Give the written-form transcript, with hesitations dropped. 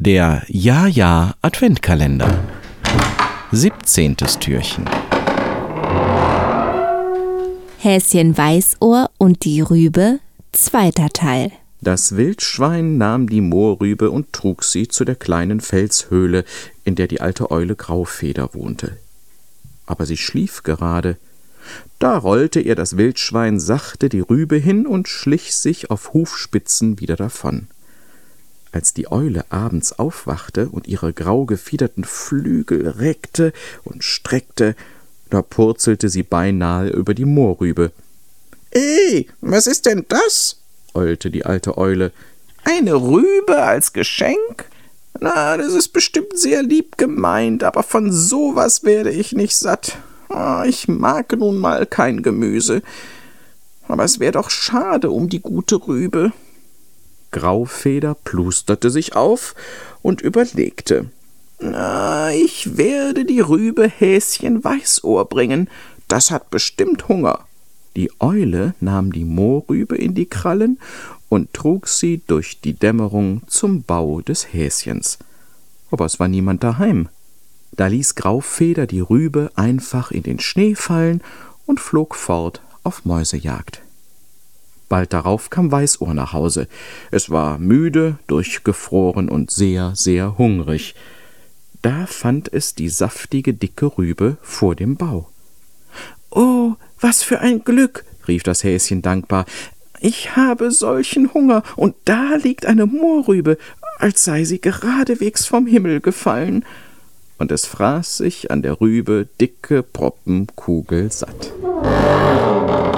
Der Ja-Ja-Adventkalender. 17. Türchen. Häschen Weißohr und die Rübe, 2. Teil. Das Wildschwein nahm die Mohrrübe und trug sie zu der kleinen Felshöhle, in der die alte Eule Graufeder wohnte. Aber sie schlief gerade. Da rollte ihr das Wildschwein sachte die Rübe hin und schlich sich auf Hufspitzen wieder davon. Als die Eule abends aufwachte und ihre grau gefiederten Flügel reckte und streckte, da purzelte sie beinahe über die Mohrrübe. Was ist denn das?« eulte die alte Eule. »Eine Rübe als Geschenk? Na, das ist bestimmt sehr lieb gemeint, aber von sowas werde ich nicht satt. Ich mag nun mal kein Gemüse. Aber es wäre doch schade um die gute Rübe.« Graufeder plusterte sich auf und überlegte. »Ich werde die Rübe Häschen Weißohr bringen. Das hat bestimmt Hunger.« Die Eule nahm die Mohrrübe in die Krallen und trug sie durch die Dämmerung zum Bau des Häschens. Aber es war niemand daheim. Da ließ Graufeder die Rübe einfach in den Schnee fallen und flog fort auf Mäusejagd. Bald darauf kam Weißohr nach Hause. Es war müde, durchgefroren und sehr, sehr hungrig. Da fand es die saftige, dicke Rübe vor dem Bau. »Oh, was für ein Glück«, rief das Häschen dankbar. »Ich habe solchen Hunger, und da liegt eine Mohrrübe, als sei sie geradewegs vom Himmel gefallen.« Und es fraß sich an der Rübe dicke Brocken kugelsatt.